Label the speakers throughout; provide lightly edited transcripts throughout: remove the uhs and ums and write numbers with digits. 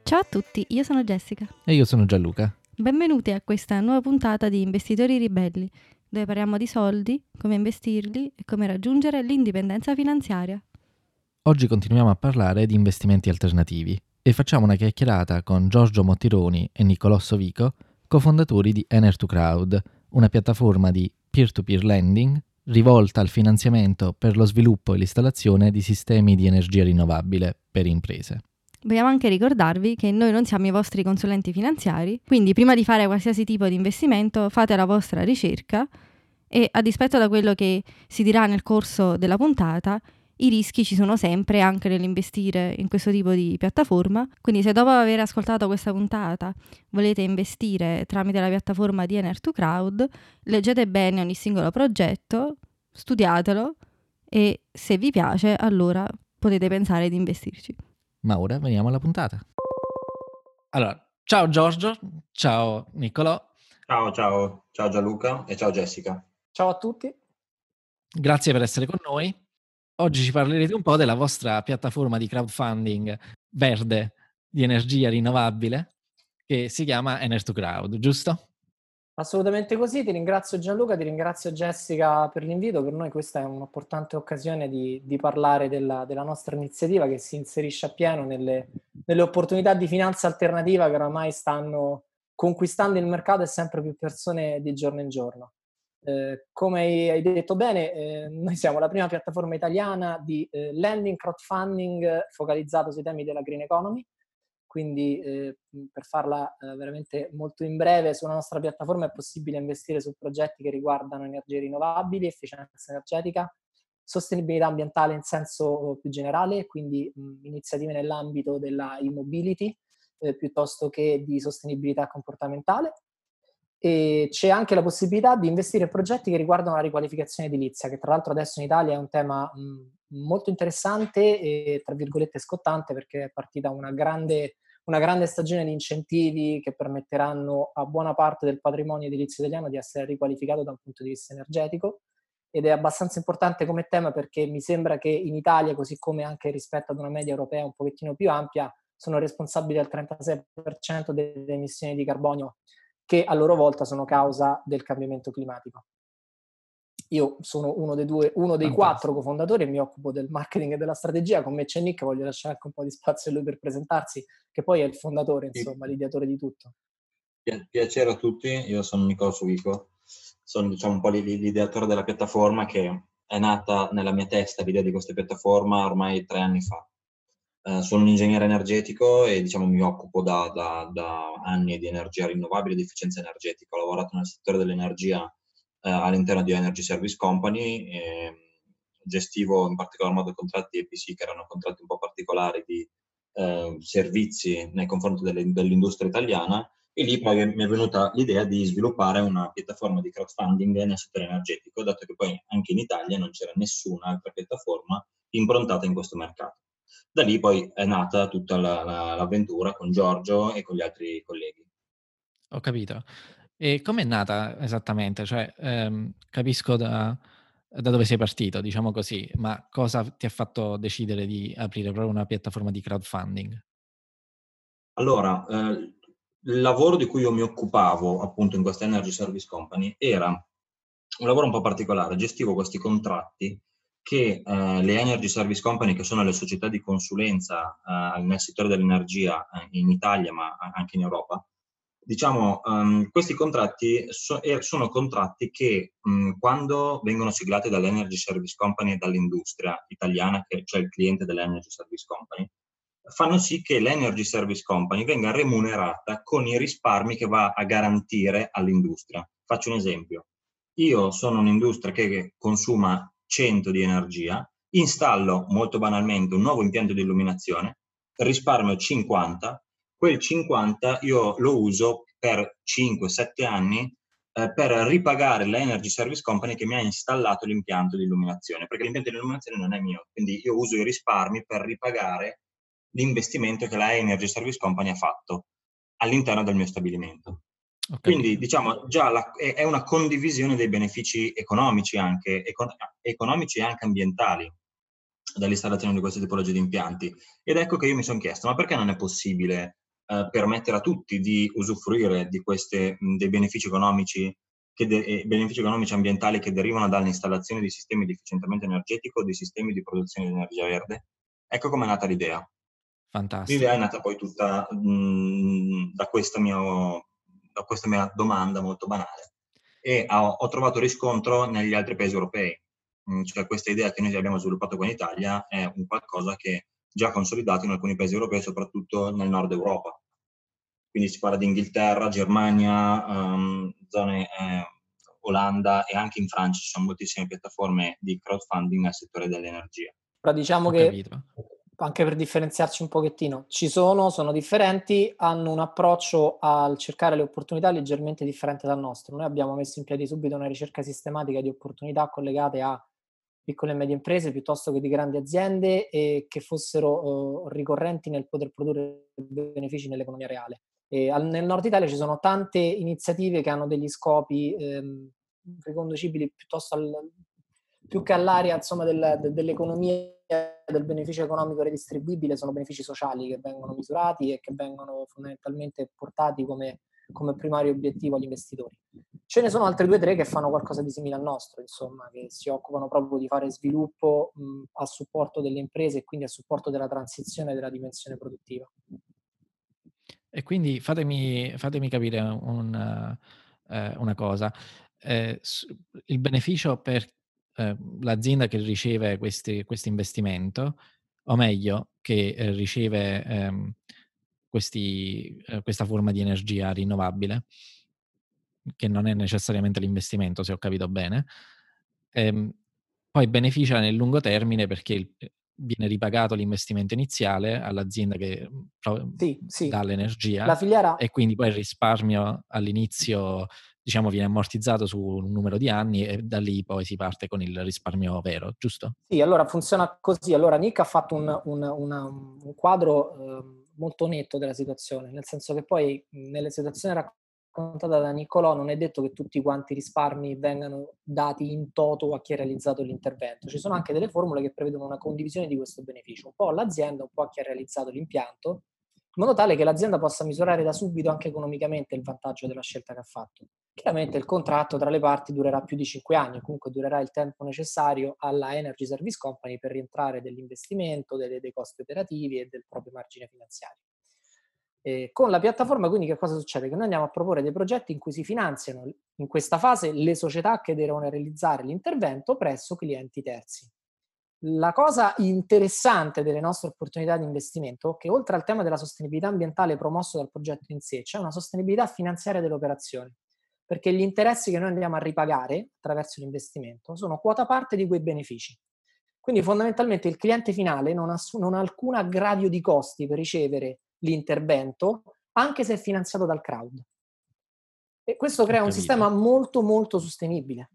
Speaker 1: Ciao a tutti, io sono Jessica.
Speaker 2: E io sono Gianluca.
Speaker 1: Benvenuti a questa nuova puntata di Investitori Ribelli, dove parliamo di soldi, come investirli e come raggiungere l'indipendenza finanziaria.
Speaker 2: Oggi continuiamo a parlare di investimenti alternativi e facciamo una chiacchierata con Giorgio Mottironi e Niccolò Sovico, cofondatori di Ener2Crowd, una piattaforma di peer-to-peer lending rivolta al finanziamento per lo sviluppo e l'installazione di sistemi di energia rinnovabile per imprese.
Speaker 1: Vogliamo anche ricordarvi che noi non siamo i vostri consulenti finanziari, quindi prima di fare qualsiasi tipo di investimento fate la vostra ricerca e, a dispetto da quello che si dirà nel corso della puntata, i rischi ci sono sempre anche nell'investire in questo tipo di piattaforma. Quindi se dopo aver ascoltato questa puntata volete investire tramite la piattaforma di Ener2Crowd, leggete bene ogni singolo progetto, studiatelo e se vi piace allora potete pensare di investirci.
Speaker 2: Ma ora veniamo alla puntata. Allora, ciao Giorgio, ciao Niccolò.
Speaker 3: Ciao Gianluca e ciao Jessica.
Speaker 4: Ciao a tutti.
Speaker 2: Grazie per essere con noi. Oggi ci parlerete un po' della vostra piattaforma di crowdfunding verde di energia rinnovabile che si chiama Ener2Crowd, giusto?
Speaker 4: Assolutamente così, ti ringrazio Gianluca, ti ringrazio Jessica per l'invito. Per noi questa è un'importante occasione di parlare della nostra iniziativa che si inserisce appieno nelle opportunità di finanza alternativa che oramai stanno conquistando il mercato e sempre più persone di giorno in giorno. Come hai detto bene, noi siamo la prima piattaforma italiana di lending crowdfunding focalizzato sui temi della green economy. Quindi per farla veramente molto in breve, sulla nostra piattaforma è possibile investire su progetti che riguardano energie rinnovabili, efficienza energetica, sostenibilità ambientale in senso più generale, quindi iniziative nell'ambito della e-mobility piuttosto che di sostenibilità comportamentale. E c'è anche la possibilità di investire in progetti che riguardano la riqualificazione edilizia, che tra l'altro adesso in Italia è un tema molto interessante e tra virgolette scottante, perché è partita una grande stagione di incentivi che permetteranno a buona parte del patrimonio edilizio italiano di essere riqualificato da un punto di vista energetico, ed è abbastanza importante come tema perché mi sembra che in Italia, così come anche rispetto ad una media europea un pochettino più ampia, sono responsabili del 36% delle emissioni di carbonio che a loro volta sono causa del cambiamento climatico. Io sono uno dei 4 cofondatori e mi occupo del marketing e della strategia. Con me c'è Nick, voglio lasciare anche un po' di spazio a lui per presentarsi, che poi è il fondatore, insomma, l'ideatore di tutto.
Speaker 3: Piacere a tutti, io sono Niccolò Sovico, sono un po' l'ideatore della piattaforma che è nata nella mia testa, l'idea di questa piattaforma ormai 3 anni fa. Sono un ingegnere energetico e mi occupo da anni di energia rinnovabile e di efficienza energetica. Ho lavorato nel settore dell'energia all'interno di Energy Service Company e gestivo in particolar modo contratti EPC, che erano contratti un po' particolari di servizi nei confronti dell'industria italiana, e lì poi mi è venuta l'idea di sviluppare una piattaforma di crowdfunding nel settore energetico, dato che poi anche in Italia non c'era nessuna altra piattaforma improntata in questo mercato. Da lì poi è nata tutta l'avventura con Giorgio e con gli altri colleghi.
Speaker 2: Ho capito. E com'è nata esattamente? Cioè, capisco da dove sei partito, diciamo così, ma cosa ti ha fatto decidere di aprire proprio una piattaforma di crowdfunding?
Speaker 3: Allora, il lavoro di cui io mi occupavo appunto in questa Energy Service Company era un lavoro un po' particolare. Gestivo questi contratti che le Energy Service Company, che sono le società di consulenza nel settore dell'energia in Italia ma anche in Europa, questi contratti sono contratti che quando vengono siglati dall'Energy Service Company e dall'industria italiana, che cioè il cliente dell'Energy Service Company, fanno sì che l'Energy Service Company venga remunerata con i risparmi che va a garantire all'industria. Faccio un esempio. Io sono un'industria che consuma 100 di energia, installo molto banalmente un nuovo impianto di illuminazione, risparmio 50, quel 50 io lo uso per 5-7 anni per ripagare l'Energy Service Company che mi ha installato l'impianto di illuminazione, perché l'impianto di illuminazione non è mio, quindi io uso i risparmi per ripagare l'investimento che la Energy Service Company ha fatto all'interno del mio stabilimento. Quindi già è una condivisione dei benefici economici anche, economici e anche ambientali dall'installazione di queste tipologie di impianti. Ed ecco che io mi sono chiesto, ma perché non è possibile permettere a tutti di usufruire di dei benefici economici benefici economici ambientali che derivano dall'installazione di sistemi di efficientamento energetico, di sistemi di produzione di energia verde. Ecco com'è nata l'idea.
Speaker 2: Fantastico.
Speaker 3: L'idea è nata poi tutta da questa mia domanda molto banale e ho trovato riscontro negli altri paesi europei. Cioè questa idea che noi abbiamo sviluppato qua in Italia è un qualcosa che è già consolidato in alcuni paesi europei, soprattutto nel nord Europa. Quindi si parla di Inghilterra, Germania, zone Olanda e anche in Francia ci sono moltissime piattaforme di crowdfunding nel settore dell'energia.
Speaker 4: Però diciamo
Speaker 2: Ho
Speaker 4: che,
Speaker 2: capito.
Speaker 4: anche per differenziarci un pochettino, sono differenti, hanno un approccio al cercare le opportunità leggermente differente dal nostro. Noi abbiamo messo in piedi subito una ricerca sistematica di opportunità collegate a piccole e medie imprese piuttosto che di grandi aziende e che fossero ricorrenti nel poter produrre benefici nell'economia reale. Nel nord Italia ci sono tante iniziative che hanno degli scopi riconducibili più che all'area insomma, dell'economia, del beneficio economico redistribuibile, sono benefici sociali che vengono misurati e che vengono fondamentalmente portati come primario obiettivo agli investitori. Ce ne sono altre 2 o 3 che fanno qualcosa di simile al nostro, insomma, che si occupano proprio di fare sviluppo a supporto delle imprese e quindi a supporto della transizione della dimensione produttiva.
Speaker 2: E quindi fatemi capire una cosa. Il beneficio per l'azienda che riceve questo investimento, o meglio, che riceve questa forma di energia rinnovabile, che non è necessariamente l'investimento, se ho capito bene, poi beneficia nel lungo termine perché viene ripagato l'investimento iniziale all'azienda che
Speaker 4: Sì.
Speaker 2: dà
Speaker 4: La
Speaker 2: l'energia
Speaker 4: filiera
Speaker 2: e quindi poi il risparmio all'inizio, diciamo, viene ammortizzato su un numero di anni e da lì poi si parte con il risparmio vero, giusto?
Speaker 4: Sì, allora funziona così. Allora Nick ha fatto un quadro molto netto della situazione, nel senso che poi nelle situazioni raccontata da Niccolò non è detto che tutti quanti i risparmi vengano dati in toto a chi ha realizzato l'intervento. Ci sono anche delle formule che prevedono una condivisione di questo beneficio, un po' all'azienda, un po' a chi ha realizzato l'impianto, in modo tale che l'azienda possa misurare da subito anche economicamente il vantaggio della scelta che ha fatto. Chiaramente il contratto tra le parti durerà più di 5 anni, comunque durerà il tempo necessario alla Energy Service Company per rientrare dell'investimento, dei costi operativi e del proprio margine finanziario. Con la piattaforma quindi che cosa succede? Che noi andiamo a proporre dei progetti in cui si finanziano in questa fase le società che devono realizzare l'intervento presso clienti terzi. La cosa interessante delle nostre opportunità di investimento è che oltre al tema della sostenibilità ambientale promosso dal progetto in sé, c'è una sostenibilità finanziaria delle operazioni, perché gli interessi che noi andiamo a ripagare attraverso l'investimento sono quota parte di quei benefici. Quindi fondamentalmente il cliente finale non ha alcun aggravio di costi per ricevere l'intervento, anche se è finanziato dal crowd. E questo
Speaker 2: Ho
Speaker 4: crea un
Speaker 2: capito.
Speaker 4: sistema molto molto sostenibile,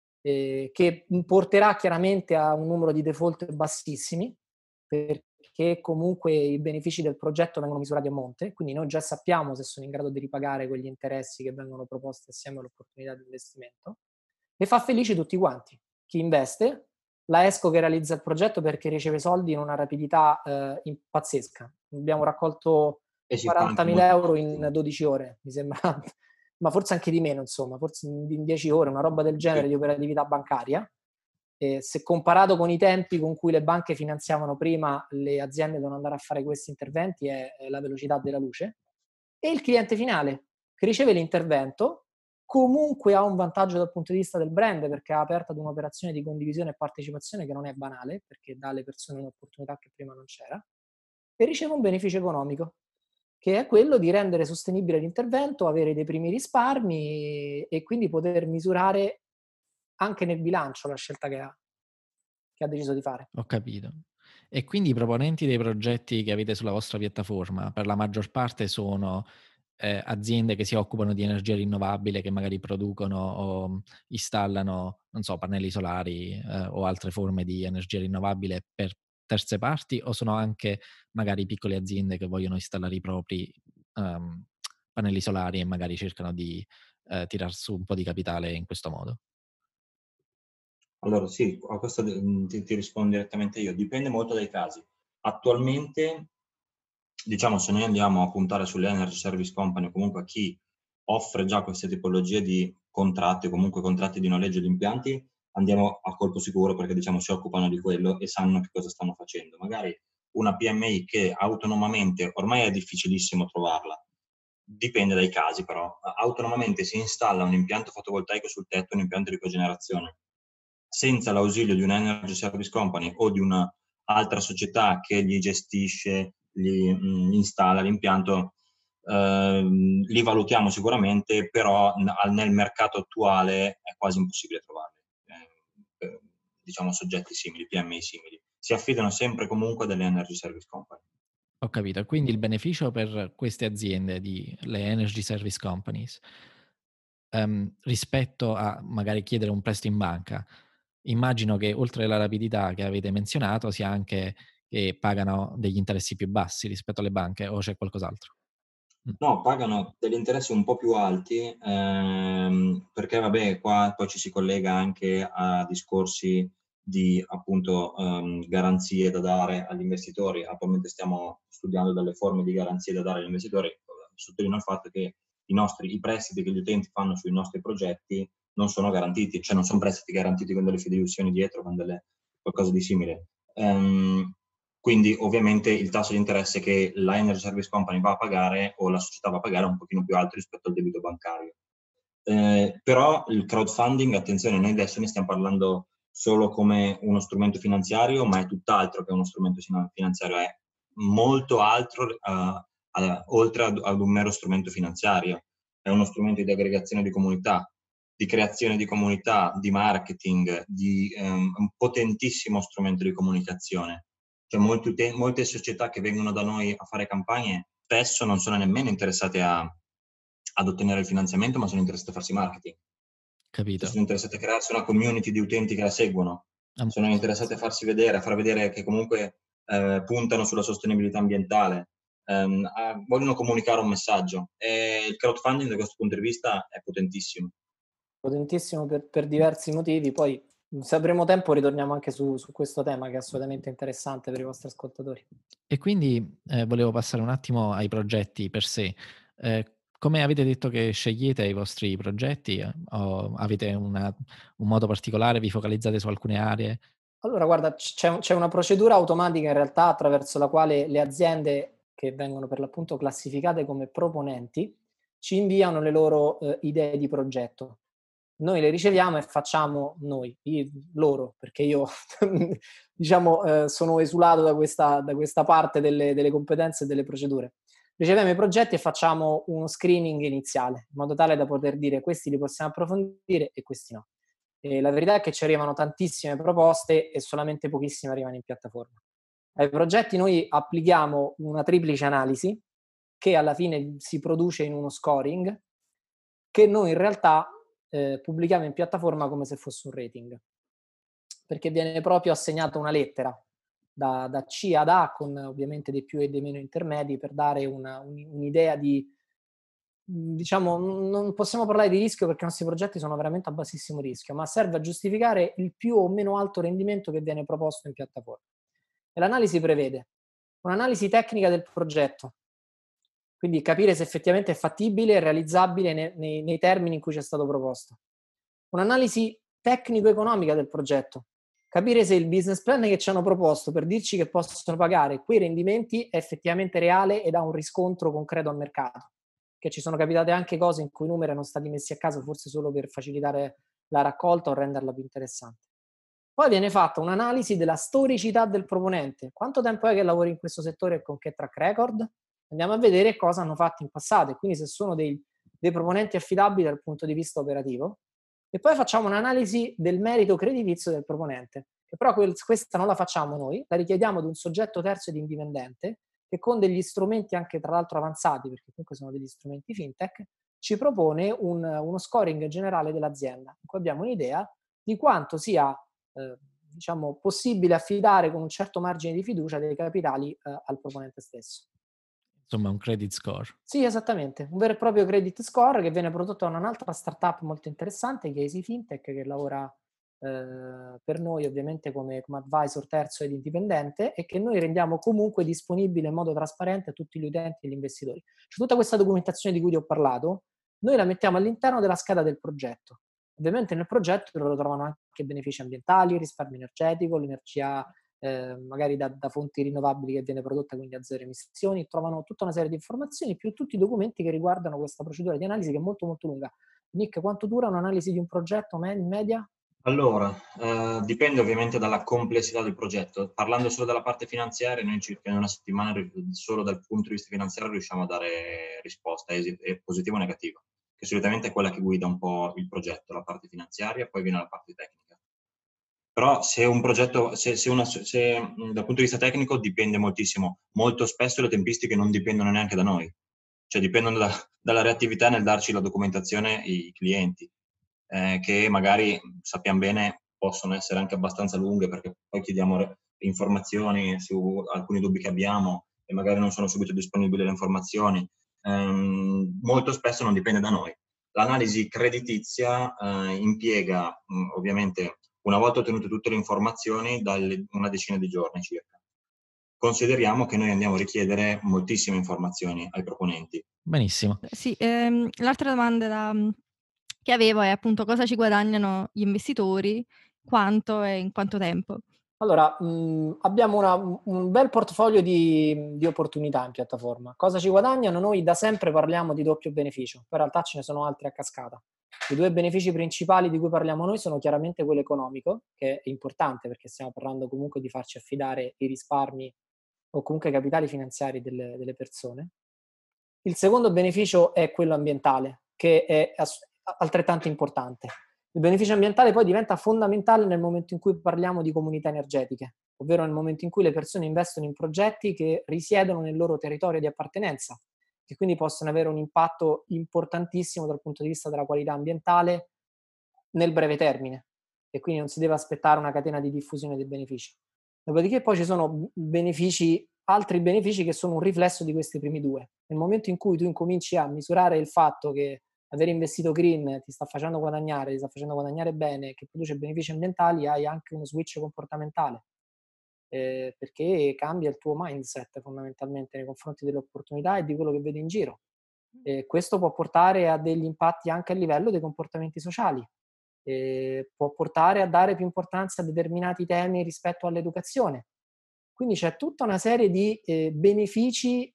Speaker 4: che porterà chiaramente a un numero di default bassissimi, perché comunque i benefici del progetto vengono misurati a monte, quindi noi già sappiamo se sono in grado di ripagare quegli interessi che vengono proposti assieme all'opportunità di investimento, e fa felici tutti quanti. Chi investe, la ESCO che realizza il progetto perché riceve soldi in una rapidità pazzesca. Abbiamo raccolto
Speaker 3: E si fa anche
Speaker 4: 40.000
Speaker 3: molto
Speaker 4: euro
Speaker 3: marketing.
Speaker 4: in 12 ore, mi sembra, ma forse anche di meno, insomma, forse in 10 ore, una roba del genere
Speaker 3: Sì.
Speaker 4: di operatività bancaria. Se comparato con i tempi con cui le banche finanziavano prima le aziende devono andare a fare questi interventi, è la velocità della luce. E il cliente finale che riceve l'intervento comunque ha un vantaggio dal punto di vista del brand, perché ha aperto ad un'operazione di condivisione e partecipazione che non è banale, perché dà alle persone un'opportunità che prima non c'era, e riceve un beneficio economico, che è quello di rendere sostenibile l'intervento, avere dei primi risparmi e quindi poter misurare anche nel bilancio la scelta che ha deciso di fare.
Speaker 2: Ho capito. E quindi i proponenti dei progetti che avete sulla vostra piattaforma, per la maggior parte sono, aziende che si occupano di energia rinnovabile, che magari producono o installano, non so, pannelli solari, o altre forme di energia rinnovabile per terze parti, o sono anche magari piccole aziende che vogliono installare i propri, ehm, pannelli solari e magari cercano di, tirar su un po' di capitale in questo modo?
Speaker 3: Allora sì, a questo ti rispondo direttamente io. Dipende molto dai casi. Attualmente diciamo, se noi andiamo a puntare sulle energy service company o comunque a chi offre già queste tipologie di contratti o comunque contratti di noleggio di impianti, andiamo a colpo sicuro perché diciamo si occupano di quello e sanno che cosa stanno facendo. Magari una PMI che autonomamente, ormai è difficilissimo trovarla, dipende dai casi però, autonomamente si installa un impianto fotovoltaico sul tetto, un impianto di cogenerazione, senza l'ausilio di una energy service company o di un'altra società che gli gestisce, gli installa l'impianto, li valutiamo sicuramente, però nel mercato attuale è quasi impossibile trovarli. Diciamo soggetti simili, PMI simili. Si affidano sempre comunque a delle energy service company.
Speaker 2: Ho capito. E quindi il beneficio per queste aziende, le energy service companies, rispetto a magari chiedere un prestito in banca, immagino che oltre alla rapidità che avete menzionato sia anche che pagano degli interessi più bassi rispetto alle banche, o c'è qualcos'altro?
Speaker 3: No, pagano degli interessi un po' più alti, perché vabbè, qua poi ci si collega anche a discorsi di appunto garanzie da dare agli investitori. Attualmente stiamo studiando delle forme di garanzie da dare agli investitori. Sottolineo il fatto che i prestiti che gli utenti fanno sui nostri progetti non sono garantiti, cioè non sono prestiti garantiti con delle fideiussioni dietro, con qualcosa di simile. Quindi ovviamente il tasso di interesse che la Energy Service Company va a pagare o la società va a pagare è un pochino più alto rispetto al debito bancario. Però il crowdfunding, attenzione, noi adesso ne stiamo parlando solo come uno strumento finanziario, ma è tutt'altro che uno strumento finanziario, è molto altro oltre ad un mero strumento finanziario. È uno strumento di aggregazione di comunità, di creazione di comunità, di marketing, di un potentissimo strumento di comunicazione. Cioè molte società che vengono da noi a fare campagne spesso non sono nemmeno interessate ad ottenere il finanziamento, ma sono interessate a farsi marketing. Cioè
Speaker 2: Capito.
Speaker 3: sono interessate a crearsi una community di utenti che la seguono,
Speaker 2: Ha
Speaker 3: sono
Speaker 2: molto
Speaker 3: interessate a farsi vedere, a far vedere che comunque puntano sulla sostenibilità ambientale, vogliono comunicare un messaggio e il crowdfunding da questo punto di vista è potentissimo.
Speaker 4: Potentissimo per diversi motivi, poi se avremo tempo ritorniamo anche su questo tema che è assolutamente interessante per i vostri ascoltatori.
Speaker 2: E quindi, volevo passare un attimo ai progetti per sé. Come avete detto che scegliete i vostri progetti, o avete un modo particolare, vi focalizzate su alcune aree?
Speaker 4: Allora guarda, c'è una procedura automatica in realtà attraverso la quale le aziende che vengono per l'appunto classificate come proponenti ci inviano le loro, idee di progetto. Noi le riceviamo e facciamo noi, loro, perché io diciamo, sono esulato da questa parte delle competenze e delle procedure. Riceviamo i progetti e facciamo uno screening iniziale, in modo tale da poter dire: questi li possiamo approfondire e questi no. La verità è che ci arrivano tantissime proposte e solamente pochissime arrivano in piattaforma. Ai progetti noi applichiamo una triplice analisi che alla fine si produce in uno scoring che noi in realtà pubblichiamo in piattaforma come se fosse un rating, perché viene proprio assegnata una lettera da C ad A con ovviamente dei più e dei meno intermedi per dare un'idea di, diciamo, non possiamo parlare di rischio perché i nostri progetti sono veramente a bassissimo rischio, ma serve a giustificare il più o meno alto rendimento che viene proposto in piattaforma. E l'analisi prevede un'analisi tecnica del progetto, quindi capire se effettivamente è fattibile e realizzabile nei termini in cui ci è stato proposto. Un'analisi tecnico-economica del progetto, capire se il business plan che ci hanno proposto per dirci che possono pagare quei rendimenti è effettivamente reale ed ha un riscontro concreto al mercato. Che ci sono capitate anche cose in cui i numeri erano stati messi a caso forse solo per facilitare la raccolta o renderla più interessante. Poi viene fatta un'analisi della storicità del proponente. Quanto tempo è che lavori in questo settore e con che track record? Andiamo a vedere cosa hanno fatto in passato e quindi se sono dei proponenti affidabili dal punto di vista operativo. E poi facciamo un'analisi del merito creditizio del proponente, che però questa non la facciamo noi, la richiediamo ad un soggetto terzo ed indipendente che con degli strumenti anche tra l'altro avanzati, perché comunque sono degli strumenti fintech, ci propone uno scoring generale dell'azienda, in cui abbiamo un'idea di quanto sia diciamo, possibile affidare con un certo margine di fiducia dei capitali al proponente stesso.
Speaker 2: Insomma, un credit score.
Speaker 4: Sì, esattamente, un vero e proprio credit score che viene prodotto da un'altra startup molto interessante che è Easy Fintech, che lavora per noi ovviamente come advisor terzo ed indipendente, e che noi rendiamo comunque disponibile in modo trasparente a tutti gli utenti e gli investitori. Cioè, tutta questa documentazione di cui ti ho parlato, noi la mettiamo all'interno della scheda del progetto. Ovviamente nel progetto loro trovano anche benefici ambientali, risparmio energetico, l'energia magari da fonti rinnovabili che viene prodotta, quindi a zero emissioni, trovano tutta una serie di informazioni più tutti i documenti che riguardano questa procedura di analisi che è molto molto lunga. Nick, quanto dura un'analisi di un progetto in media?
Speaker 3: Allora, dipende ovviamente dalla complessità del progetto. Parlando solo della parte finanziaria, noi circa in una settimana, solo dal punto di vista finanziario, riusciamo a dare risposta positiva o negativa, che solitamente è quella che guida un po' il progetto, la parte finanziaria, poi viene la parte tecnica. Però se un progetto, dal punto di vista tecnico dipende moltissimo. Molto spesso le tempistiche non dipendono neanche da noi, cioè dipendono dalla reattività nel darci la documentazione i clienti, che magari sappiamo bene possono essere anche abbastanza lunghe, perché poi chiediamo informazioni su alcuni dubbi che abbiamo e magari non sono subito disponibili le informazioni. Molto spesso non dipende da noi. L'analisi creditizia impiega ovviamente, una volta ottenute tutte le informazioni, una decina di giorni circa. Consideriamo che noi andiamo a richiedere moltissime informazioni ai proponenti.
Speaker 2: Benissimo.
Speaker 1: Sì, l'altra domanda che avevo è appunto cosa ci guadagnano gli investitori, quanto e in quanto tempo.
Speaker 4: Allora, abbiamo un bel portfolio di opportunità in piattaforma. Cosa ci guadagnano? Noi da sempre parliamo di doppio beneficio, poi in realtà ce ne sono altri a cascata. I due benefici principali di cui parliamo noi sono chiaramente quello economico, che è importante perché stiamo parlando comunque di farci affidare i risparmi o comunque i capitali finanziari delle persone. Il secondo beneficio è quello ambientale, che è altrettanto importante. Il beneficio ambientale poi diventa fondamentale nel momento in cui parliamo di comunità energetiche, ovvero nel momento in cui le persone investono in progetti che risiedono nel loro territorio di appartenenza, che quindi possono avere un impatto importantissimo dal punto di vista della qualità ambientale nel breve termine, e quindi non si deve aspettare una catena di diffusione dei benefici. Dopodiché poi ci sono altri benefici che sono un riflesso di questi primi due. Nel momento in cui tu incominci a misurare il fatto che aver investito green ti sta facendo guadagnare bene, che produce benefici ambientali, hai anche uno switch comportamentale, perché cambia il tuo mindset fondamentalmente nei confronti delle opportunità e di quello che vedi in giro. Questo può portare a degli impatti anche a livello dei comportamenti sociali, può portare a dare più importanza a determinati temi rispetto all'educazione. Quindi c'è tutta una serie di benefici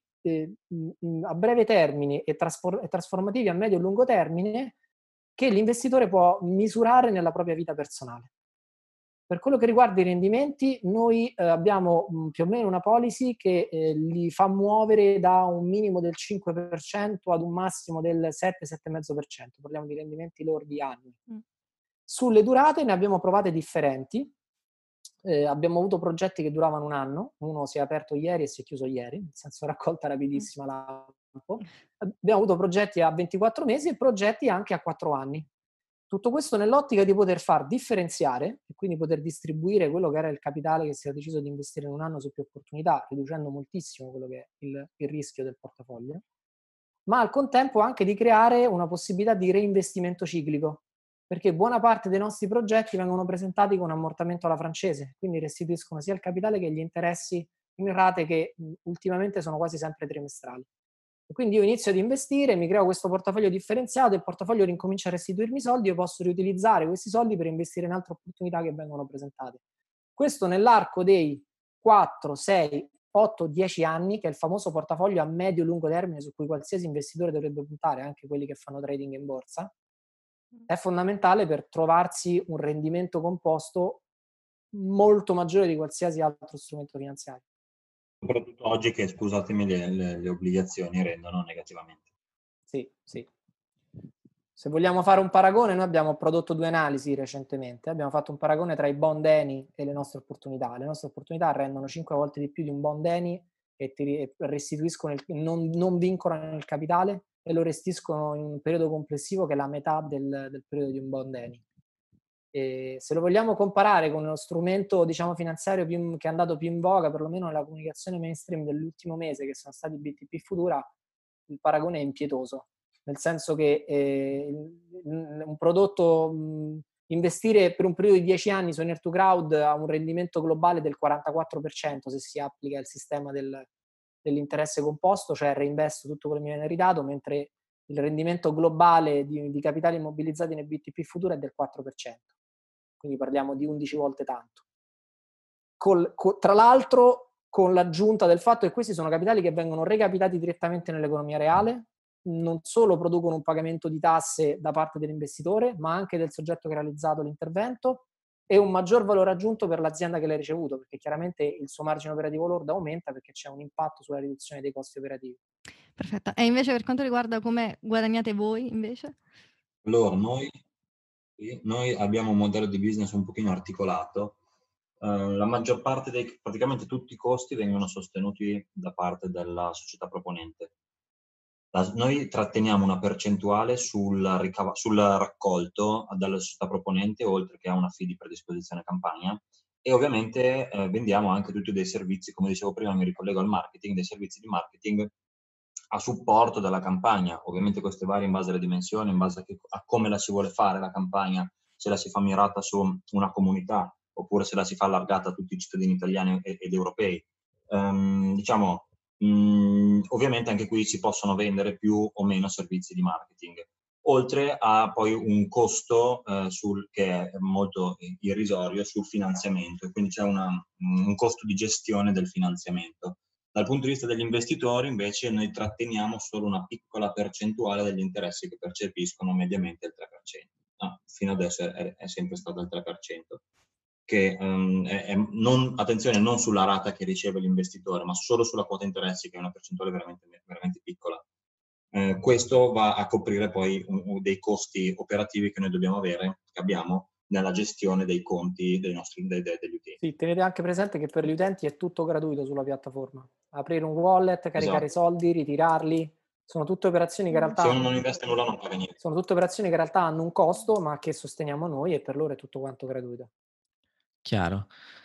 Speaker 4: a breve termine e trasformativi a medio e lungo termine che l'investitore può misurare nella propria vita personale. Per quello che riguarda i rendimenti, noi abbiamo più o meno una policy che li fa muovere da un minimo del 5% ad un massimo del 7-7,5%. Parliamo di rendimenti lordi annui. Sulle durate ne abbiamo provate differenti. Abbiamo avuto progetti che duravano un anno, uno si è aperto ieri e si è chiuso ieri, nel senso raccolta rapidissima lampo. Abbiamo avuto progetti a 24 mesi e progetti anche a 4 anni. Tutto questo nell'ottica di poter far differenziare e quindi poter distribuire quello che era il capitale che si era deciso di investire in un anno su più opportunità, riducendo moltissimo quello che è il rischio del portafoglio, ma al contempo anche di creare una possibilità di reinvestimento ciclico, perché buona parte dei nostri progetti vengono presentati con ammortamento alla francese, quindi restituiscono sia il capitale che gli interessi in rate che ultimamente sono quasi sempre trimestrali. E quindi io inizio ad investire, mi creo questo portafoglio differenziato, il portafoglio ricomincia a restituirmi i soldi, io posso riutilizzare questi soldi per investire in altre opportunità che vengono presentate. Questo nell'arco dei 4, 6, 8, 10 anni, che è il famoso portafoglio a medio-lungo termine su cui qualsiasi investitore dovrebbe puntare, anche quelli che fanno trading in borsa, è fondamentale per trovarsi un rendimento composto molto maggiore di qualsiasi altro strumento finanziario.
Speaker 3: Soprattutto oggi che, scusatemi, le obbligazioni rendono negativamente.
Speaker 4: Sì, sì. Se vogliamo fare un paragone, noi abbiamo prodotto 2 analisi recentemente. Abbiamo fatto un paragone tra i bond ENI e le nostre opportunità. Le nostre opportunità rendono 5 volte di più di un bond ENI e restituiscono non vincolano il capitale e lo restituiscono in un periodo complessivo che è la metà del periodo di un bond ENI. E se lo vogliamo comparare con uno strumento, diciamo, finanziario che è andato più in voga, perlomeno nella comunicazione mainstream dell'ultimo mese, che sono stati BTP Futura, il paragone è impietoso, nel senso che un prodotto investire per un periodo di 10 anni su Earn-to-Crowd ha un rendimento globale del 44% se si applica il sistema dell'interesse composto, cioè reinvesto tutto quello che mi viene ridato, mentre il rendimento globale di capitali immobilizzati nei BTP futuro è del 4%. Quindi parliamo di 11 volte tanto. Tra l'altro con l'aggiunta del fatto che questi sono capitali che vengono recapitati direttamente nell'economia reale, non solo producono un pagamento di tasse da parte dell'investitore, ma anche del soggetto che ha realizzato l'intervento e un maggior valore aggiunto per l'azienda che l'ha ricevuto, perché chiaramente il suo margine operativo lordo aumenta perché c'è un impatto sulla riduzione dei costi operativi.
Speaker 1: Perfetto. E invece per quanto riguarda come guadagnate voi, invece?
Speaker 3: Allora, noi abbiamo un modello di business un pochino articolato. La maggior parte praticamente tutti i costi vengono sostenuti da parte della società proponente. Noi tratteniamo una percentuale sul raccolto dalla società proponente, oltre che a una fee di predisposizione campagna, e ovviamente vendiamo anche tutti dei servizi, come dicevo prima, mi ricollego al marketing, dei servizi di marketing a supporto della campagna. Ovviamente queste varie in base alle dimensioni, in base a come la si vuole fare la campagna, se la si fa mirata su una comunità oppure se la si fa allargata a tutti i cittadini italiani ed europei. Diciamo, ovviamente anche qui si possono vendere più o meno servizi di marketing, oltre a poi un costo che è molto irrisorio sul finanziamento, quindi c'è un costo di gestione del finanziamento. Dal punto di vista degli investitori, invece, noi tratteniamo solo una piccola percentuale degli interessi che percepiscono, mediamente il 3%. Fino adesso è sempre stato il 3%, che attenzione, non sulla rata che riceve l'investitore, ma solo sulla quota interessi, che è una percentuale veramente, veramente piccola. Questo va a coprire poi dei costi operativi che noi dobbiamo avere, che abbiamo nella gestione dei conti degli utenti.
Speaker 4: Sì, tenete anche presente che per gli utenti è tutto gratuito sulla piattaforma. Aprire un wallet, caricare soldi, ritirarli, sono tutte operazioni che in realtà...
Speaker 3: Se uno non investe nulla non paga niente.
Speaker 4: Sono tutte operazioni che in realtà hanno un costo, ma che sosteniamo noi e per loro è tutto quanto gratuito.
Speaker 2: Chiaro.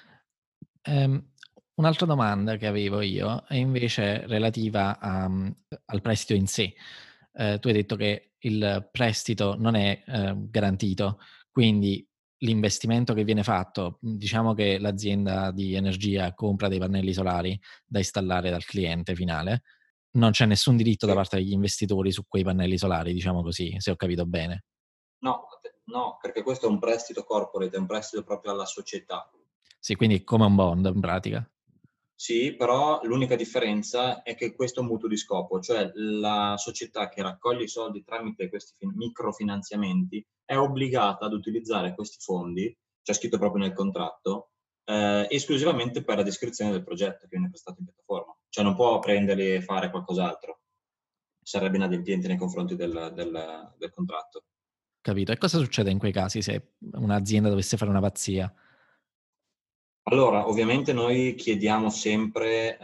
Speaker 2: Un'altra domanda che avevo io è invece relativa al prestito in sé. Tu hai detto che il prestito non è garantito, quindi l'investimento che viene fatto, diciamo che l'azienda di energia compra dei pannelli solari da installare dal cliente finale, non c'è nessun diritto da parte degli investitori su quei pannelli solari, diciamo così, se ho capito bene.
Speaker 3: No, perché questo è un prestito corporate, è un prestito proprio alla società.
Speaker 2: Sì, quindi come un bond in pratica.
Speaker 3: Sì, però l'unica differenza è che questo è un mutuo di scopo, cioè la società che raccoglie i soldi tramite questi microfinanziamenti è obbligata ad utilizzare questi fondi, c'è scritto proprio nel contratto, esclusivamente per la descrizione del progetto che viene prestato in piattaforma. Cioè non può prenderli e fare qualcos'altro. Sarebbe inadempiente nei confronti del contratto.
Speaker 2: Capito. E cosa succede in quei casi se un'azienda dovesse fare una pazzia?
Speaker 3: Allora, ovviamente noi chiediamo sempre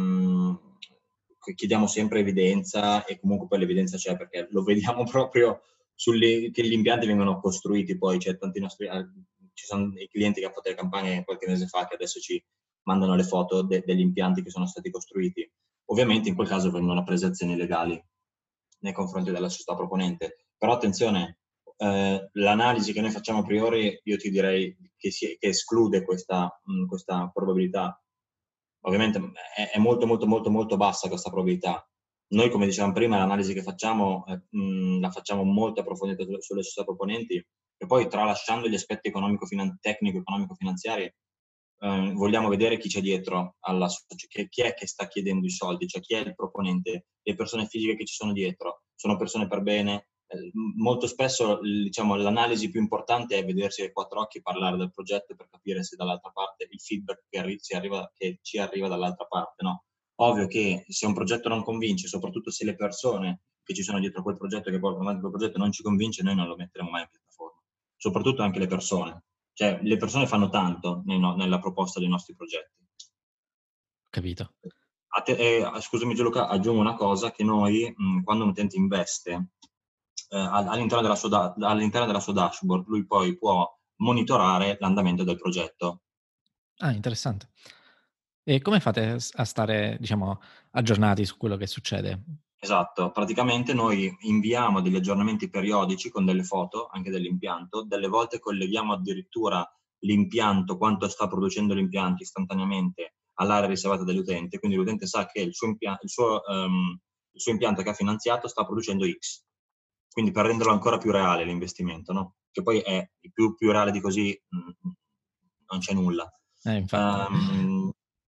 Speaker 3: evidenza, e comunque poi l'evidenza c'è perché lo vediamo proprio che gli impianti vengono costruiti. Poi c'è tanti nostri, ci sono i clienti che hanno fatto le campagne qualche mese fa che adesso ci mandano le foto degli impianti che sono stati costruiti. Ovviamente in quel caso vengono prese azioni legali nei confronti della società proponente. Però attenzione, l'analisi che noi facciamo a priori, io ti direi che esclude questa probabilità. Ovviamente è molto molto molto molto bassa questa probabilità. Noi, come dicevamo prima, l'analisi che facciamo la facciamo molto approfondita sulle società proponenti, e poi tralasciando gli aspetti tecnico-economico-finanziari, vogliamo vedere chi c'è dietro chi è che sta chiedendo i soldi, cioè chi è il proponente, le persone fisiche che ci sono dietro, sono persone per bene. Molto spesso, diciamo, l'analisi più importante è vedersi ai quattro occhi, parlare del progetto per capire se dall'altra parte il feedback che ci arriva dall'altra parte, no? Ovvio che se un progetto non convince, soprattutto se le persone che ci sono dietro quel progetto, che portano avanti quel progetto, non ci convince, noi non lo metteremo mai in piattaforma. Soprattutto anche le persone. Cioè, le persone fanno tanto nella proposta dei nostri progetti.
Speaker 2: Capito.
Speaker 3: Scusami Gianluca, aggiungo una cosa, che noi, quando un utente investe, all'interno della sua dashboard, lui poi può monitorare l'andamento del progetto.
Speaker 2: Ah, interessante. E come fate a stare, diciamo, aggiornati su quello che succede?
Speaker 3: Esatto, praticamente noi inviamo degli aggiornamenti periodici con delle foto anche dell'impianto, delle volte colleghiamo addirittura l'impianto, quanto sta producendo l'impianto istantaneamente all'area riservata dell'utente, quindi l'utente sa che il suo impianto che ha finanziato sta producendo X, quindi per renderlo ancora più reale l'investimento, no? Che poi è più reale di così, non c'è nulla.
Speaker 2: Infatti.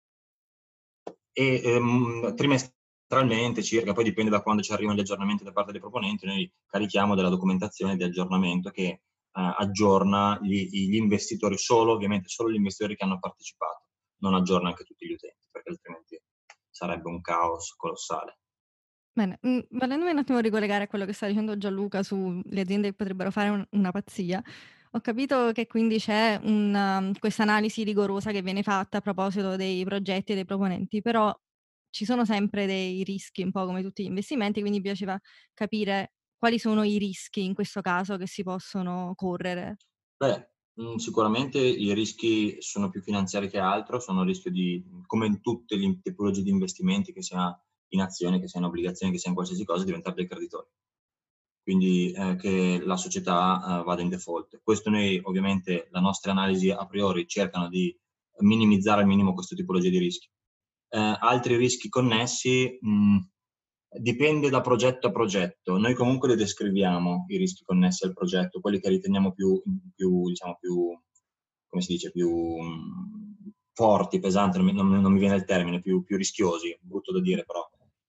Speaker 3: Trimestralmente circa, poi dipende da quando ci arrivano gli aggiornamenti da parte dei proponenti, noi carichiamo della documentazione di aggiornamento che aggiorna gli investitori, ovviamente solo gli investitori che hanno partecipato, non aggiorna anche tutti gli utenti, perché altrimenti sarebbe un caos colossale.
Speaker 1: Bene, volendomi un attimo ricollegare a quello che sta dicendo Gianluca sulle aziende che potrebbero fare una pazzia, ho capito che quindi c'è questa analisi rigorosa che viene fatta a proposito dei progetti e dei proponenti, però ci sono sempre dei rischi, un po' come tutti gli investimenti, quindi mi piaceva capire quali sono i rischi in questo caso che si possono correre.
Speaker 3: Beh, sicuramente i rischi sono più finanziari che altro, sono il rischio di, come in tutte le tipologie di investimenti, che sia in azioni, che sia in obbligazioni, che sia in qualsiasi cosa, diventare dei creditori. Quindi che la società vada in default. Questo noi, ovviamente, la nostra analisi a priori cercano di minimizzare al minimo questa tipologia di rischi. Altri rischi connessi, dipende da progetto a progetto. Noi comunque li descriviamo, i rischi connessi al progetto, quelli che riteniamo più come si dice, più forti, pesanti, non mi viene il termine, più rischiosi, brutto da dire però.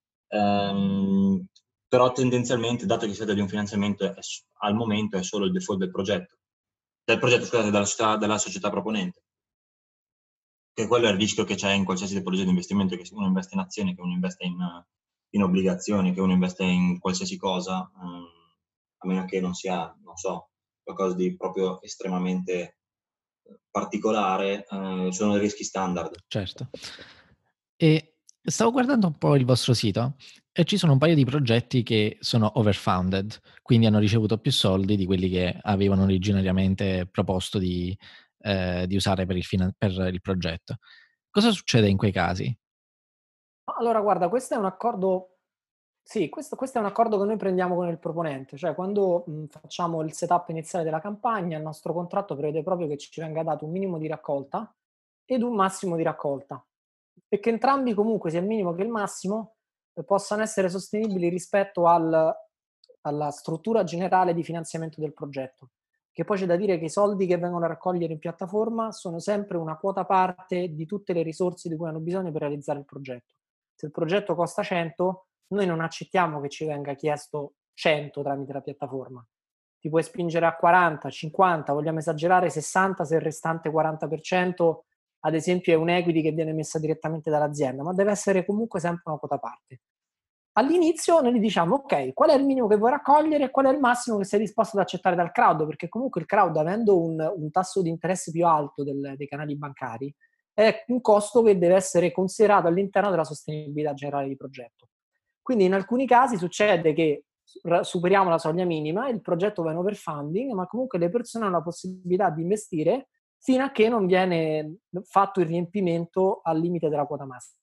Speaker 3: Però tendenzialmente, dato che si tratta di un finanziamento, al momento è solo il default del progetto, scusate, della società proponente. Che quello è il rischio che c'è in qualsiasi tipologia di investimento, che uno investe in azioni, che uno investe in obbligazioni, che uno investe in qualsiasi cosa, a meno che non sia, non so, qualcosa di proprio estremamente particolare, sono dei rischi standard.
Speaker 2: Certo. E stavo guardando un po' il vostro sito e ci sono un paio di progetti che sono overfunded, quindi hanno ricevuto più soldi di quelli che avevano originariamente proposto di usare per il progetto. Cosa succede in quei casi?
Speaker 4: Allora, guarda, questo è un accordo, sì, questo è un accordo che noi prendiamo con il proponente, cioè quando facciamo il setup iniziale della campagna, il nostro contratto prevede proprio che ci venga dato un minimo di raccolta ed un massimo di raccolta, e che entrambi comunque, sia il minimo che il massimo, possano essere sostenibili rispetto alla struttura generale di finanziamento del progetto. Che poi c'è da dire che i soldi che vengono a raccogliere in piattaforma sono sempre una quota parte di tutte le risorse di cui hanno bisogno per realizzare il progetto. Se il progetto costa 100, noi non accettiamo che ci venga chiesto 100 tramite la piattaforma. Ti puoi spingere a 40, 50, vogliamo esagerare 60 se il restante 40% ad esempio è un equity che viene messa direttamente dall'azienda, ma deve essere comunque sempre una quota parte. All'inizio noi gli diciamo: ok, qual è il minimo che vuoi raccogliere e qual è il massimo che sei disposto ad accettare dal crowd, perché comunque il crowd, avendo un tasso di interesse più alto dei canali bancari, è un costo che deve essere considerato all'interno della sostenibilità generale di progetto. Quindi in alcuni casi succede che superiamo la soglia minima, il progetto va in overfunding, ma comunque le persone hanno la possibilità di investire fino a che non viene fatto il riempimento al limite della quota massima.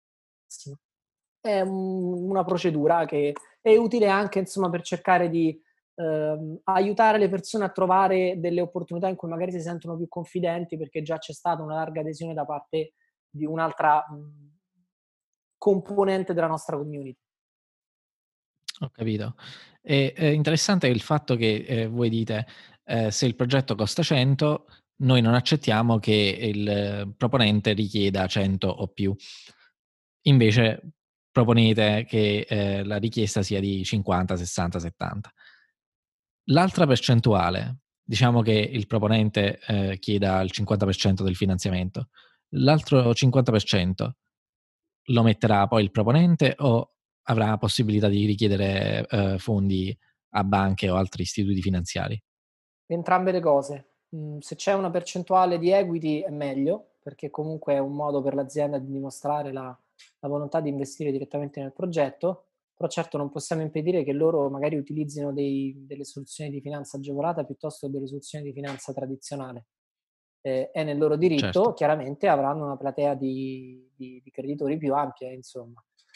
Speaker 4: È una procedura che è utile anche, insomma, per cercare di aiutare le persone a trovare delle opportunità in cui magari si sentono più confidenti, perché già c'è stata una larga adesione da parte di un'altra componente della nostra community.
Speaker 2: Ho capito. È interessante il fatto che, voi dite, se il progetto costa 100, noi non accettiamo che il proponente richieda 100 o più. Invece proponete che, la richiesta sia di 50, 60, 70. L'altra percentuale, diciamo che il proponente, chieda il 50% del finanziamento, l'altro 50% lo metterà poi il proponente o avrà possibilità di richiedere, fondi a banche o altri istituti finanziari?
Speaker 4: Entrambe le cose. Se c'è una percentuale di equity è meglio, perché comunque è un modo per l'azienda di dimostrare la volontà di investire direttamente nel progetto, però certo non possiamo impedire che loro magari utilizzino delle soluzioni di finanza agevolata piuttosto che delle soluzioni di finanza tradizionale. È nel loro diritto,
Speaker 2: Certo.
Speaker 4: chiaramente avranno una platea di creditori più ampia, insomma.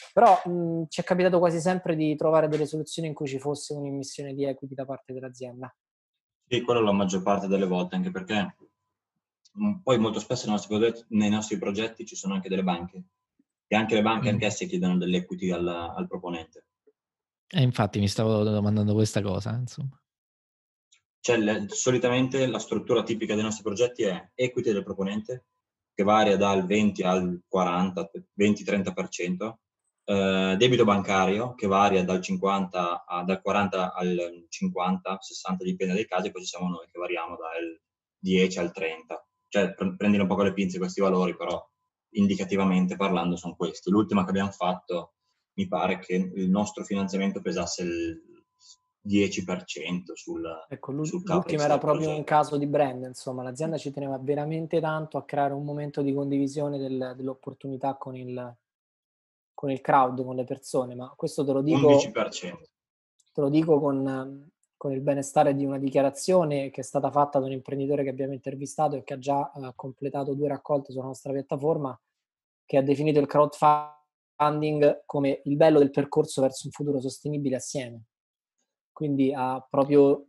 Speaker 4: Però ci è capitato quasi sempre di trovare delle soluzioni in cui ci fosse un'immissione di equity da parte dell'azienda.
Speaker 3: Sì, quello la maggior parte delle volte, anche perché poi molto spesso nei nostri progetti ci sono anche delle banche, e anche le banche anch'esse chiedono dell'equity al proponente.
Speaker 2: E infatti mi stavo domandando questa cosa, insomma.
Speaker 3: Cioè, solitamente la struttura tipica dei nostri progetti è equity del proponente, che varia dal 20 al 40, 20-30%, debito bancario, che varia dal 40 al 50, 60, dipende dai casi, e poi ci siamo noi che variamo dal 10 al 30. Cioè, prendere un po' con le pinze questi valori, però indicativamente parlando sono questi. L'ultima che abbiamo fatto, mi pare che il nostro finanziamento pesasse il 10%
Speaker 4: Ecco,
Speaker 3: sul
Speaker 4: l'ultima
Speaker 3: capex
Speaker 4: era
Speaker 3: del
Speaker 4: proprio un
Speaker 3: progetto.
Speaker 4: caso di brand, insomma, l'azienda ci teneva veramente tanto a creare un momento di condivisione dell'opportunità con il crowd, con le persone, ma questo te lo dico
Speaker 3: 11%.
Speaker 4: con il benestare di una dichiarazione che è stata fatta da un imprenditore che abbiamo intervistato e che ha già completato 2 raccolte sulla nostra piattaforma, che ha definito il crowdfunding come il bello del percorso verso un futuro sostenibile assieme. Quindi ha proprio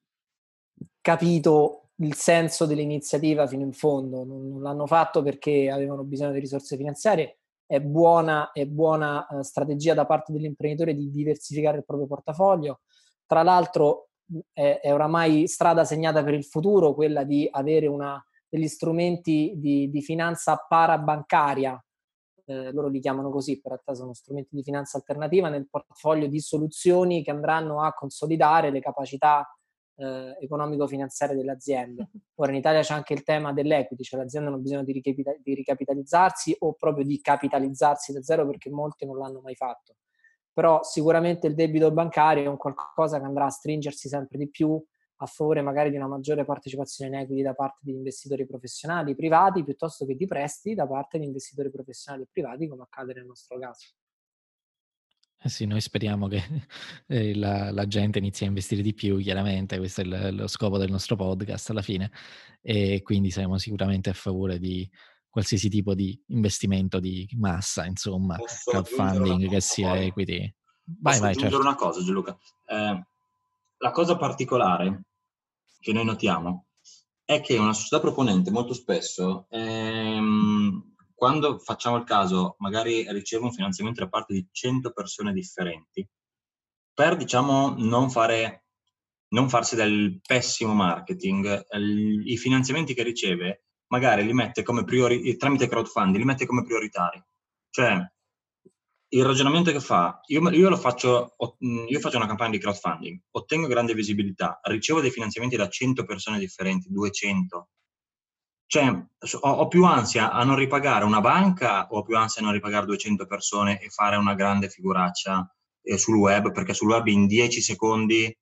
Speaker 4: capito il senso dell'iniziativa fino in fondo. Non l'hanno fatto perché avevano bisogno di risorse finanziarie. È buona strategia da parte dell'imprenditore di diversificare il proprio portafoglio. Tra l'altro è oramai strada segnata per il futuro quella di avere degli strumenti di finanza parabancaria, loro li chiamano così, però in realtà sono strumenti di finanza alternativa nel portafoglio di soluzioni che andranno a consolidare le capacità economico-finanziarie delle aziende. Ora in Italia c'è anche il tema dell'equity, cioè le aziende hanno bisogno di ricapitalizzarsi o proprio di capitalizzarsi da zero perché molte non l'hanno mai fatto. Però sicuramente il debito bancario è un qualcosa che andrà a stringersi sempre di più a favore magari di una maggiore partecipazione in equity da parte di investitori professionali privati piuttosto che di prestiti da parte di investitori professionali e privati, come accade nel nostro caso.
Speaker 2: Eh sì, noi speriamo che la gente inizi a investire di più, chiaramente, questo è lo scopo del nostro podcast alla fine, e quindi saremo sicuramente a favore di qualsiasi tipo di investimento di massa, insomma,
Speaker 3: Posso aggiungere una
Speaker 2: crowdfunding, che
Speaker 3: cosa
Speaker 2: sia
Speaker 3: poi?
Speaker 2: equity. Vai,
Speaker 3: Posso
Speaker 2: vai,
Speaker 3: aggiungere
Speaker 2: certo.
Speaker 3: una cosa, Gianluca? La cosa particolare che noi notiamo è che una società proponente molto spesso, quando facciamo il caso, magari riceve un finanziamento da parte di 100 persone differenti, per, diciamo, non farsi del pessimo marketing, i finanziamenti che riceve magari li mette come tramite crowdfunding, li mette come prioritari. Cioè, il ragionamento che fa, io faccio una campagna di crowdfunding, ottengo grande visibilità, ricevo dei finanziamenti da 100 persone differenti, 200. Cioè, ho più ansia a non ripagare una banca o ho più ansia a non ripagare 200 persone e fare una grande figuraccia sul web, perché sul web in 10 secondi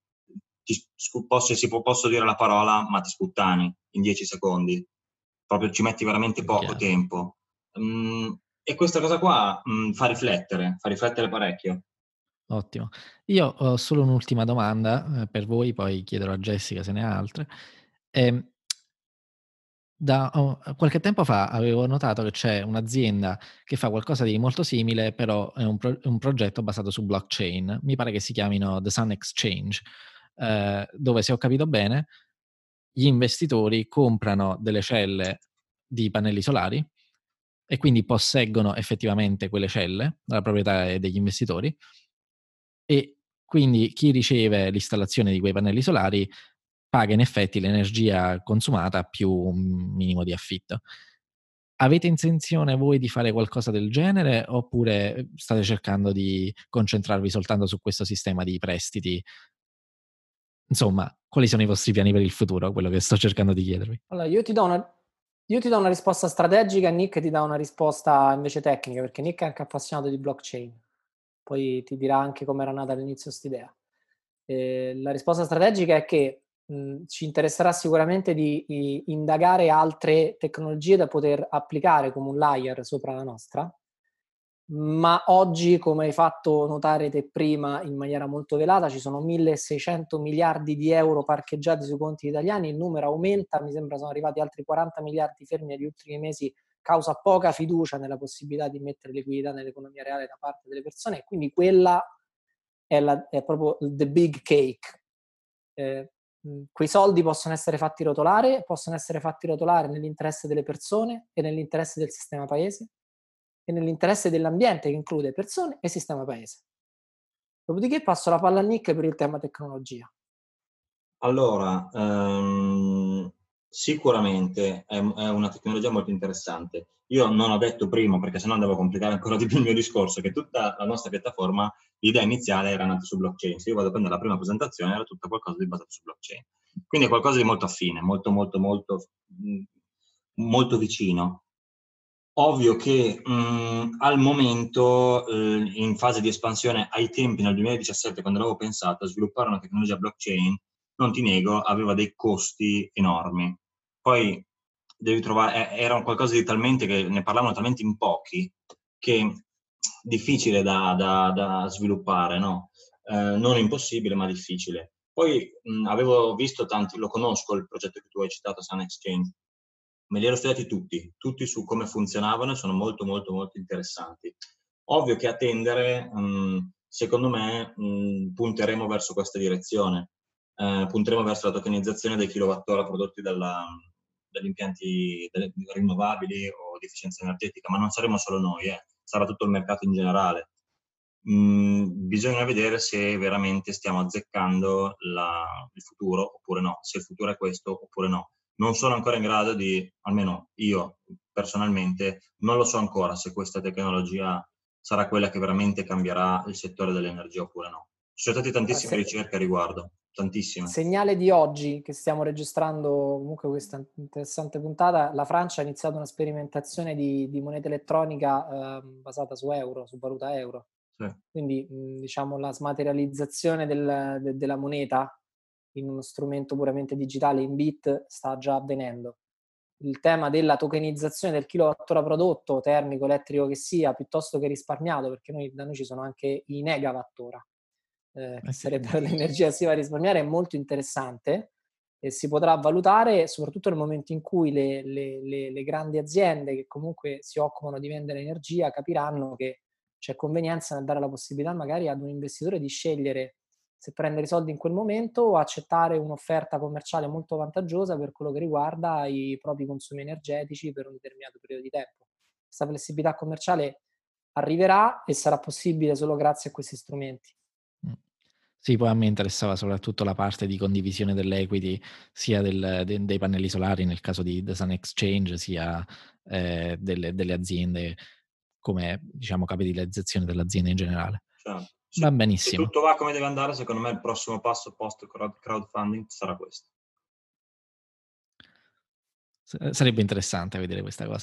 Speaker 3: posso dire la parola, ma ti sputtani in 10 secondi. Proprio ci metti veramente poco
Speaker 2: Chiaro.
Speaker 3: tempo. E questa cosa qua fa riflettere parecchio.
Speaker 2: Ottimo. Io ho solo un'ultima domanda per voi, poi chiederò a Jessica se ne ha altre. Ehm, qualche tempo fa avevo notato che c'è un'azienda che fa qualcosa di molto simile, però è un progetto basato su blockchain. Mi pare che si chiamino The Sun Exchange, dove, se ho capito bene, gli investitori comprano delle celle di pannelli solari e quindi posseggono effettivamente quelle celle, la proprietà è degli investitori, e quindi chi riceve l'installazione di quei pannelli solari paga in effetti l'energia consumata più un minimo di affitto. Avete intenzione voi di fare qualcosa del genere oppure state cercando di concentrarvi soltanto su questo sistema di prestiti? Insomma, quali sono i vostri piani per il futuro? Quello che sto cercando di chiedervi.
Speaker 4: Allora, io ti do una risposta strategica e Nick ti dà una risposta invece tecnica, perché Nick è anche appassionato di blockchain. Poi ti dirà anche come era nata all'inizio quest'idea. La risposta strategica è che ci interesserà sicuramente di indagare altre tecnologie da poter applicare come un layer sopra la nostra, ma oggi, come hai fatto notare te prima in maniera molto velata, ci sono 1.600 miliardi di euro parcheggiati sui conti italiani, il numero aumenta, mi sembra sono arrivati altri 40 miliardi fermi negli ultimi mesi causa poca fiducia nella possibilità di mettere liquidità nell'economia reale da parte delle persone, e quindi quella è proprio the big cake. Quei soldi possono essere fatti rotolare nell'interesse delle persone e nell'interesse del sistema paese e nell'interesse dell'ambiente, che include persone e sistema paese. Dopodiché passo la palla a Nick per il tema tecnologia.
Speaker 3: Allora, sicuramente è una tecnologia molto interessante. Io non ho detto prima, perché sennò andavo a complicare ancora di più il mio discorso, che tutta la nostra piattaforma, l'idea iniziale era nata su blockchain. Se io vado a prendere la prima presentazione, era tutta qualcosa di basato su blockchain. Quindi è qualcosa di molto affine, molto, molto, molto, molto vicino. Ovvio che al momento, in fase di espansione, ai tempi, nel 2017, quando l'avevo pensato, sviluppare una tecnologia blockchain, non ti nego, aveva dei costi enormi. Poi devi trovare, era un qualcosa di talmente, che ne parlavano talmente in pochi, che difficile da sviluppare, no? Non impossibile, ma difficile. Poi avevo visto tanti, lo conosco il progetto che tu hai citato, Sun Exchange, me li ero studiati tutti su come funzionavano e sono molto molto molto interessanti. Ovvio che a tendere, secondo me, punteremo verso questa direzione, punteremo verso la tokenizzazione dei kilowattora prodotti dagli impianti rinnovabili o di efficienza energetica, ma non saremo solo noi, sarà tutto il mercato in generale. Bisogna vedere se veramente stiamo azzeccando il futuro oppure no, se il futuro è questo oppure no. Non sono ancora in grado di, almeno io personalmente, non lo so ancora se questa tecnologia sarà quella che veramente cambierà il settore dell'energia oppure no. Ci sono state tantissime ricerche a riguardo, tantissime.
Speaker 4: Segnale di oggi, che stiamo registrando comunque questa interessante puntata, la Francia ha iniziato una sperimentazione di moneta elettronica basata su euro, su valuta euro.
Speaker 3: Sì.
Speaker 4: Quindi diciamo la smaterializzazione della moneta in uno strumento puramente digitale, in bit, sta già avvenendo. Il tema della tokenizzazione del kilowattora prodotto, termico, elettrico che sia, piuttosto che risparmiato, perché da noi ci sono anche i megawattora, che sarebbero l'energia che si va a risparmiare, è molto interessante e si potrà valutare soprattutto nel momento in cui le grandi aziende che comunque si occupano di vendere energia capiranno che c'è convenienza nel dare la possibilità magari ad un investitore di scegliere se prendere i soldi in quel momento o accettare un'offerta commerciale molto vantaggiosa per quello che riguarda i propri consumi energetici per un determinato periodo di tempo. Questa flessibilità commerciale arriverà e sarà possibile solo grazie a questi strumenti.
Speaker 2: Sì, poi a me interessava soprattutto la parte di condivisione dell'equity, sia dei pannelli solari nel caso di The Sun Exchange, sia delle aziende, come diciamo capitalizzazione dell'azienda in generale.
Speaker 3: Certo.
Speaker 2: Va
Speaker 3: Se
Speaker 2: benissimo.
Speaker 3: tutto va come deve andare, secondo me il prossimo passo post crowdfunding sarà questo.
Speaker 2: Sarebbe interessante vedere questa cosa.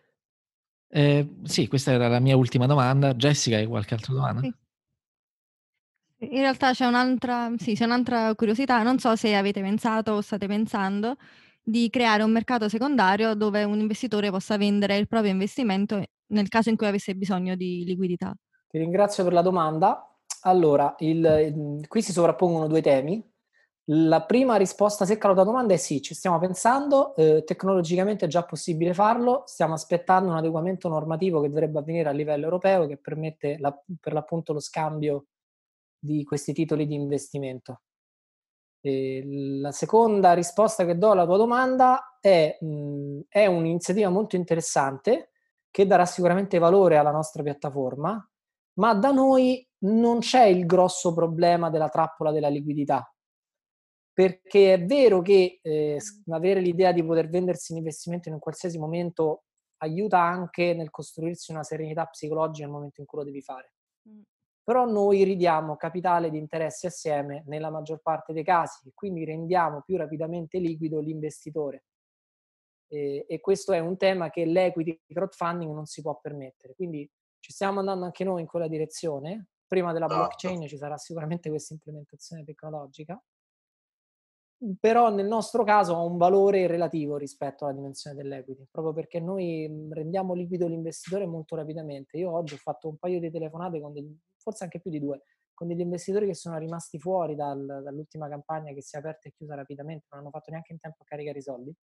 Speaker 2: Sì, questa era la mia ultima domanda. Jessica, hai qualche altra domanda?
Speaker 1: Sì. In realtà c'è un'altra curiosità, non so se avete pensato o state pensando di creare un mercato secondario dove un investitore possa vendere il proprio investimento nel caso in cui avesse bisogno di liquidità.
Speaker 4: Ti ringrazio per la domanda. Allora, qui si sovrappongono due temi. La prima risposta secca alla tua domanda è sì, ci stiamo pensando, tecnologicamente è già possibile farlo, stiamo aspettando un adeguamento normativo che dovrebbe avvenire a livello europeo che permette per l'appunto lo scambio di questi titoli di investimento. La seconda risposta che do alla tua domanda è un'iniziativa molto interessante che darà sicuramente valore alla nostra piattaforma, ma da noi non c'è il grosso problema della trappola della liquidità. Perché è vero che avere l'idea di poter vendersi l'investimento in un qualsiasi momento aiuta anche nel costruirsi una serenità psicologica nel momento in cui lo devi fare. Però noi ridiamo capitale di interessi assieme nella maggior parte dei casi e quindi rendiamo più rapidamente liquido l'investitore. E questo è un tema che l'equity crowdfunding non si può permettere. Quindi ci stiamo andando anche noi in quella direzione. Prima della blockchain ci sarà sicuramente questa implementazione tecnologica, però nel nostro caso ha un valore relativo rispetto alla dimensione dell'equity, proprio perché noi rendiamo liquido l'investitore molto rapidamente. Io oggi ho fatto un paio di telefonate forse anche più di 2, con degli investitori che sono rimasti fuori dall'ultima campagna che si è aperta e chiusa rapidamente, non hanno fatto neanche in tempo a caricare i soldi,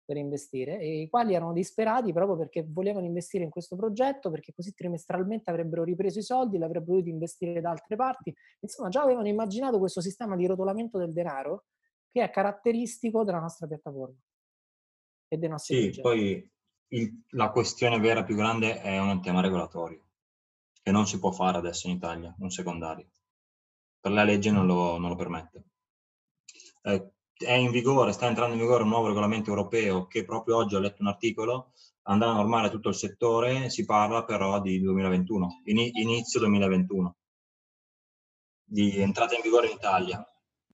Speaker 4: per investire, e i quali erano disperati proprio perché volevano investire in questo progetto, perché così trimestralmente avrebbero ripreso i soldi, l'avrebbero dovuti investire da altre parti. Insomma, già avevano immaginato questo sistema di rotolamento del denaro che è caratteristico della nostra piattaforma e dei nostri
Speaker 3: Sì,
Speaker 4: progetti.
Speaker 3: poi la questione vera più grande è un tema regolatorio, che non si può fare adesso in Italia, un secondario. Per la legge non lo permette. Sta entrando in vigore un nuovo regolamento europeo che proprio oggi ho letto un articolo, andrà a normare tutto il settore, si parla però di 2021, inizio 2021, di entrata in vigore in Italia.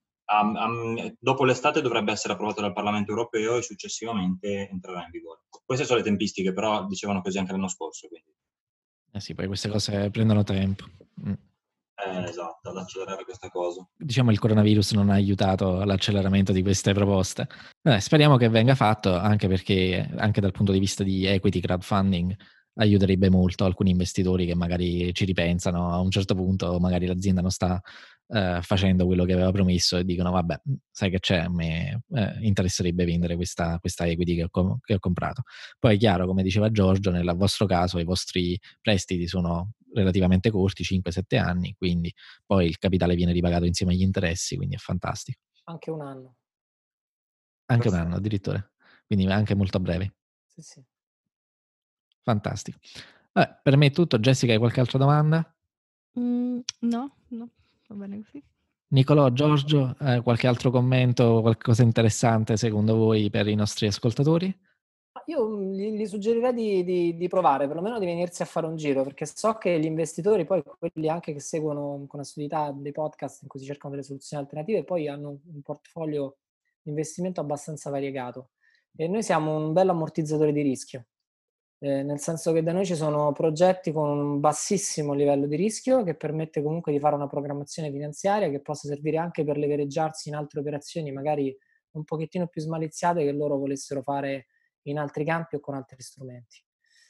Speaker 3: Dopo l'estate dovrebbe essere approvato dal Parlamento europeo e successivamente entrerà in vigore. Queste sono le tempistiche, però dicevano così anche l'anno scorso. Quindi.
Speaker 2: Sì, poi queste cose prendono tempo.
Speaker 3: Esatto, ad accelerare questa cosa.
Speaker 2: Diciamo il coronavirus non ha aiutato l'acceleramento di queste proposte. Speriamo che venga fatto, anche perché anche dal punto di vista di equity crowdfunding aiuterebbe molto alcuni investitori che magari ci ripensano a un certo punto, magari l'azienda non sta facendo quello che aveva promesso e dicono vabbè, sai che c'è, a me interesserebbe vendere questa equity che ho comprato. Poi è chiaro, come diceva Giorgio, nel vostro caso i vostri prestiti sono relativamente corti, 5-7 anni, quindi poi il capitale viene ripagato insieme agli interessi, quindi è fantastico.
Speaker 4: Anche un anno.
Speaker 2: Anche un anno addirittura, quindi anche molto brevi.
Speaker 4: Sì.
Speaker 2: Fantastico. Per me è tutto. Jessica, hai qualche altra domanda?
Speaker 1: No, va bene così.
Speaker 2: Nicolò, Giorgio, qualche altro commento, qualcosa interessante secondo voi per i nostri ascoltatori?
Speaker 4: Io gli suggerirei di provare, perlomeno di venirsi a fare un giro, perché so che gli investitori, poi quelli anche che seguono con assiduità dei podcast in cui si cercano delle soluzioni alternative, poi hanno un portfolio di investimento abbastanza variegato e noi siamo un bel ammortizzatore di rischio, nel senso che da noi ci sono progetti con un bassissimo livello di rischio che permette comunque di fare una programmazione finanziaria che possa servire anche per levereggiarsi in altre operazioni magari un pochettino più smaliziate che loro volessero fare in altri campi o con altri strumenti.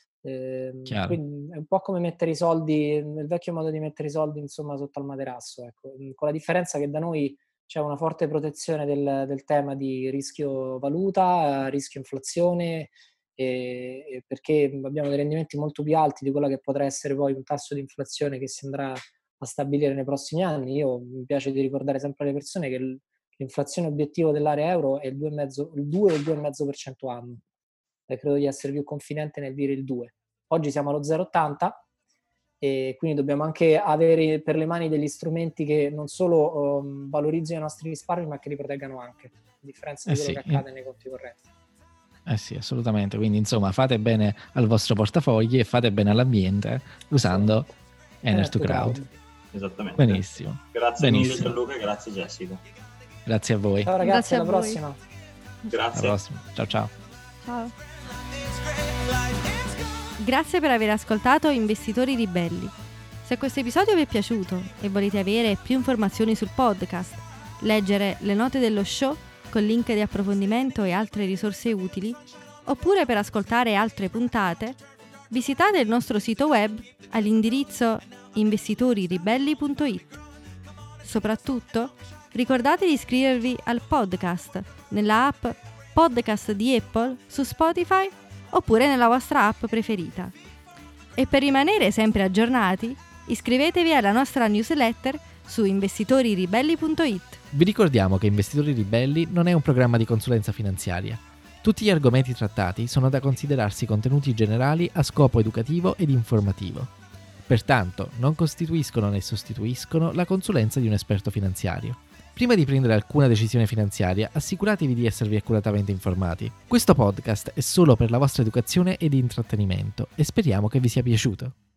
Speaker 4: Quindi è un po' come mettere i soldi, il vecchio modo di mettere i soldi insomma sotto al materasso, ecco. Con la differenza che da noi c'è una forte protezione del tema di rischio valuta, rischio inflazione, e perché abbiamo dei rendimenti molto più alti di quello che potrà essere poi un tasso di inflazione che si andrà a stabilire nei prossimi anni. Mi piace di ricordare sempre alle persone che l'inflazione obiettivo dell'area euro è il 2 o il 2,5% anno. Credo di essere più confidente nel dire il 2. Oggi siamo allo 0,80 e quindi dobbiamo anche avere per le mani degli strumenti che non solo valorizzino i nostri risparmi ma che li proteggano anche, a differenza di quello che accade nei conti correnti.
Speaker 2: Sì, assolutamente. Quindi insomma fate bene al vostro portafogli e fate bene all'ambiente usando Enter2Crowd.
Speaker 3: Esattamente.
Speaker 2: Benissimo.
Speaker 3: Grazie mille Gianluca e grazie Jessica.
Speaker 2: Grazie a voi.
Speaker 4: Ciao ragazzi, alla prossima.
Speaker 3: Grazie.
Speaker 2: Alla prossima. Ciao ciao.
Speaker 1: Ciao. Grazie per aver ascoltato Investitori Ribelli. Se questo episodio vi è piaciuto e volete avere più informazioni sul podcast, leggere le note dello show con link di approfondimento e altre risorse utili, oppure per ascoltare altre puntate, visitate il nostro sito web all'indirizzo investitoriribelli.it. Soprattutto, ricordate di iscrivervi al podcast nella app Podcast di Apple su Spotify oppure nella vostra app preferita. E per rimanere sempre aggiornati, iscrivetevi alla nostra newsletter su investitoriribelli.it.
Speaker 2: Vi ricordiamo che Investitori Ribelli non è un programma di consulenza finanziaria. Tutti gli argomenti trattati sono da considerarsi contenuti generali a scopo educativo ed informativo. Pertanto, non costituiscono né sostituiscono la consulenza di un esperto finanziario. Prima di prendere alcuna decisione finanziaria, assicuratevi di esservi accuratamente informati. Questo podcast è solo per la vostra educazione ed intrattenimento e speriamo che vi sia piaciuto.